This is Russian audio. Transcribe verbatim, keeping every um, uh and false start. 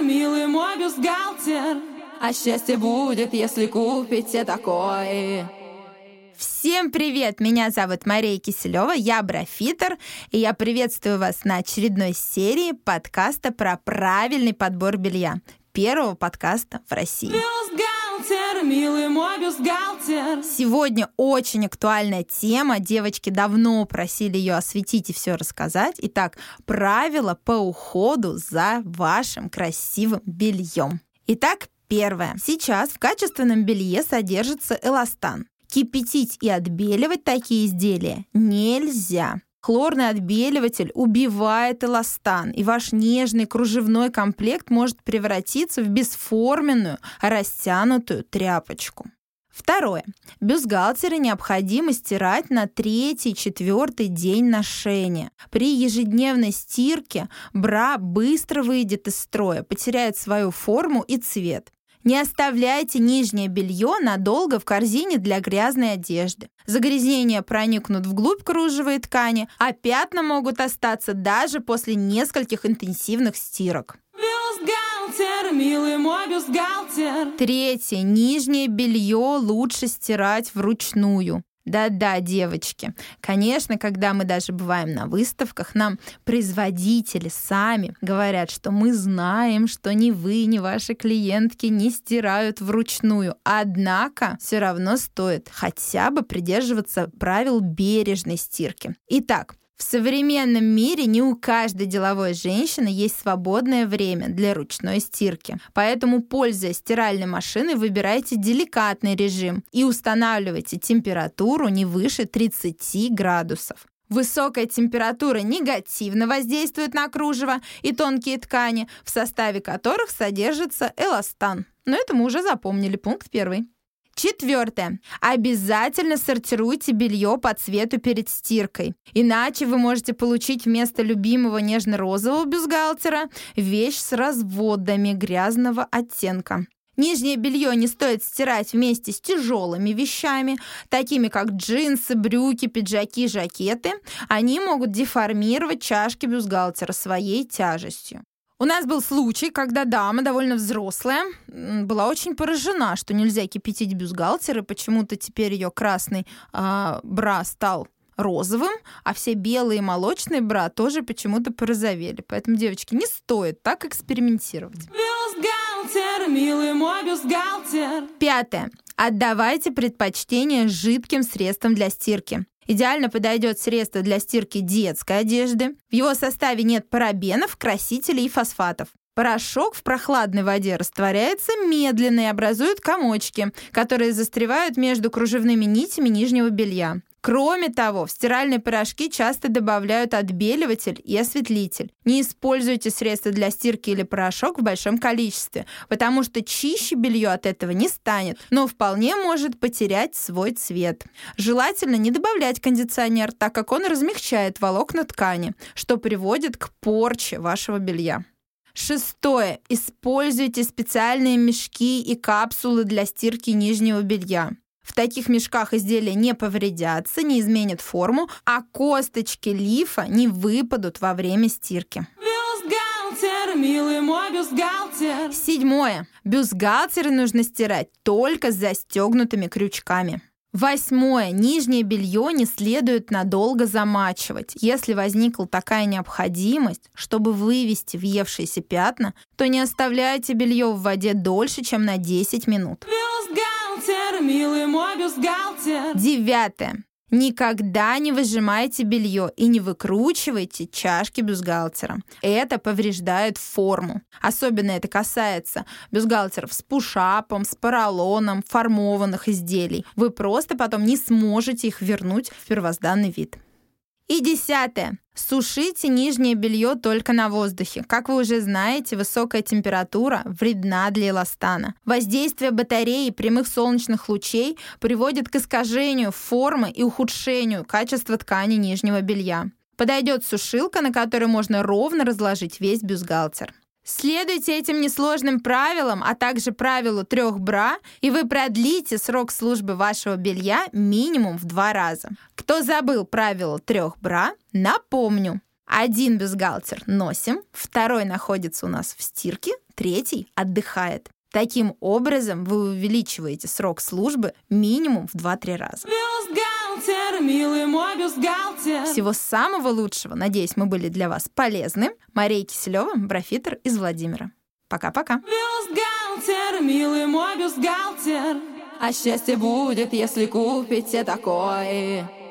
милый мой бюстгальтер. А счастье будет, если купите такое. Всем привет! Меня зовут Мария Киселева, я брафитер, и я приветствую вас на очередной серии подкаста про правильный подбор белья. Первого подкаста в России. Бюстгальтер, милый мой бюстгальтер. Сегодня очень актуальная тема. Девочки давно просили ее осветить и все рассказать. Итак, правила по уходу за вашим красивым бельем. Итак, первое. Сейчас в качественном белье содержится эластан. Кипятить и отбеливать такие изделия нельзя. Хлорный отбеливатель убивает эластан, и ваш нежный кружевной комплект может превратиться в бесформенную, растянутую тряпочку. Второе. Бюстгальтеры необходимо стирать на третий-четвертый день ношения. При ежедневной стирке бра быстро выйдет из строя, потеряет свою форму и цвет. Не оставляйте нижнее белье надолго в корзине для грязной одежды. Загрязнения проникнут вглубь кружева и ткани, а пятна могут остаться даже после нескольких интенсивных стирок. Бюстгальтер, милый мой бюстгальтер. Третье. Нижнее белье лучше стирать вручную. Да-да, девочки. Конечно, когда мы даже бываем на выставках, нам производители сами говорят, что мы знаем, что ни вы, ни ваши клиентки не стирают вручную. Однако все равно стоит хотя бы придерживаться правил бережной стирки. Итак, в современном мире не у каждой деловой женщины есть свободное время для ручной стирки. Поэтому, пользуясь стиральной машиной, выбирайте деликатный режим и устанавливайте температуру не выше тридцати градусов. Высокая температура негативно воздействует на кружево и тонкие ткани, в составе которых содержится эластан. Но это мы уже запомнили, пункт первый. Четвертое. Обязательно сортируйте белье по цвету перед стиркой. Иначе вы можете получить вместо любимого нежно-розового бюстгальтера вещь с разводами грязного оттенка. Нижнее белье не стоит стирать вместе с тяжелыми вещами, такими как джинсы, брюки, пиджаки, жакеты. Они могут деформировать чашки бюстгальтера своей тяжестью. У нас был случай, когда дама, довольно взрослая, была очень поражена, что нельзя кипятить бюстгальтер, и почему-то теперь ее красный э, бра стал розовым, а все белые и молочные бра тоже почему-то порозовели. Поэтому, девочки, не стоит так экспериментировать. Бюстгальтер, милый мой бюстгальтер. Пятое. Отдавайте предпочтение жидким средствам для стирки. Идеально подойдет средство для стирки детской одежды. В его составе нет парабенов, красителей и фосфатов. Порошок в прохладной воде растворяется медленно и образует комочки, которые застревают между кружевными нитями нижнего белья. Кроме того, в стиральные порошки часто добавляют отбеливатель и осветлитель. Не используйте средства для стирки или порошок в большом количестве, потому что чище белье от этого не станет, но вполне может потерять свой цвет. Желательно не добавлять кондиционер, так как он размягчает волокна ткани, что приводит к порче вашего белья. Шестое. Используйте специальные мешки и капсулы для стирки нижнего белья. В таких мешках изделия не повредятся, не изменят форму, а косточки лифа не выпадут во время стирки. Бюстгальтер, милый мой бюстгальтер. Седьмое. Бюстгальтеры нужно стирать только с застегнутыми крючками. Восьмое. Нижнее белье не следует надолго замачивать. Если возникла такая необходимость, чтобы вывести въевшиеся пятна, то не оставляйте белье в воде дольше, чем на десять минут. Бюстгальтер, милый мой бюстгальтер. Девятое. Никогда не выжимайте белье и не выкручивайте чашки бюстгальтера. Это повреждает форму. Особенно это касается бюстгальтеров с пушапом, с поролоном, формованных изделий. Вы просто потом не сможете их вернуть в первозданный вид. И десятое. Сушите нижнее белье только на воздухе. Как вы уже знаете, высокая температура вредна для эластана. Воздействие батареи и прямых солнечных лучей приводит к искажению формы и ухудшению качества ткани нижнего белья. Подойдет сушилка, на которой можно ровно разложить весь бюстгальтер. Следуйте этим несложным правилам, а также правилу трех бра, и вы продлите срок службы вашего белья минимум в два раза. Кто забыл правило трех бра, напомню. Один бюстгальтер носим, второй находится у нас в стирке, третий отдыхает. Таким образом, вы увеличиваете срок службы минимум в два-три раза. Бюстгальтер, милый мой бюстгальтер. Всего самого лучшего. Надеюсь, мы были для вас полезны. Мария Киселева, брофитер из Владимира. Пока-пока. Бюстгальтер, милый мой бюстгальтер. А счастье будет, если купите такой.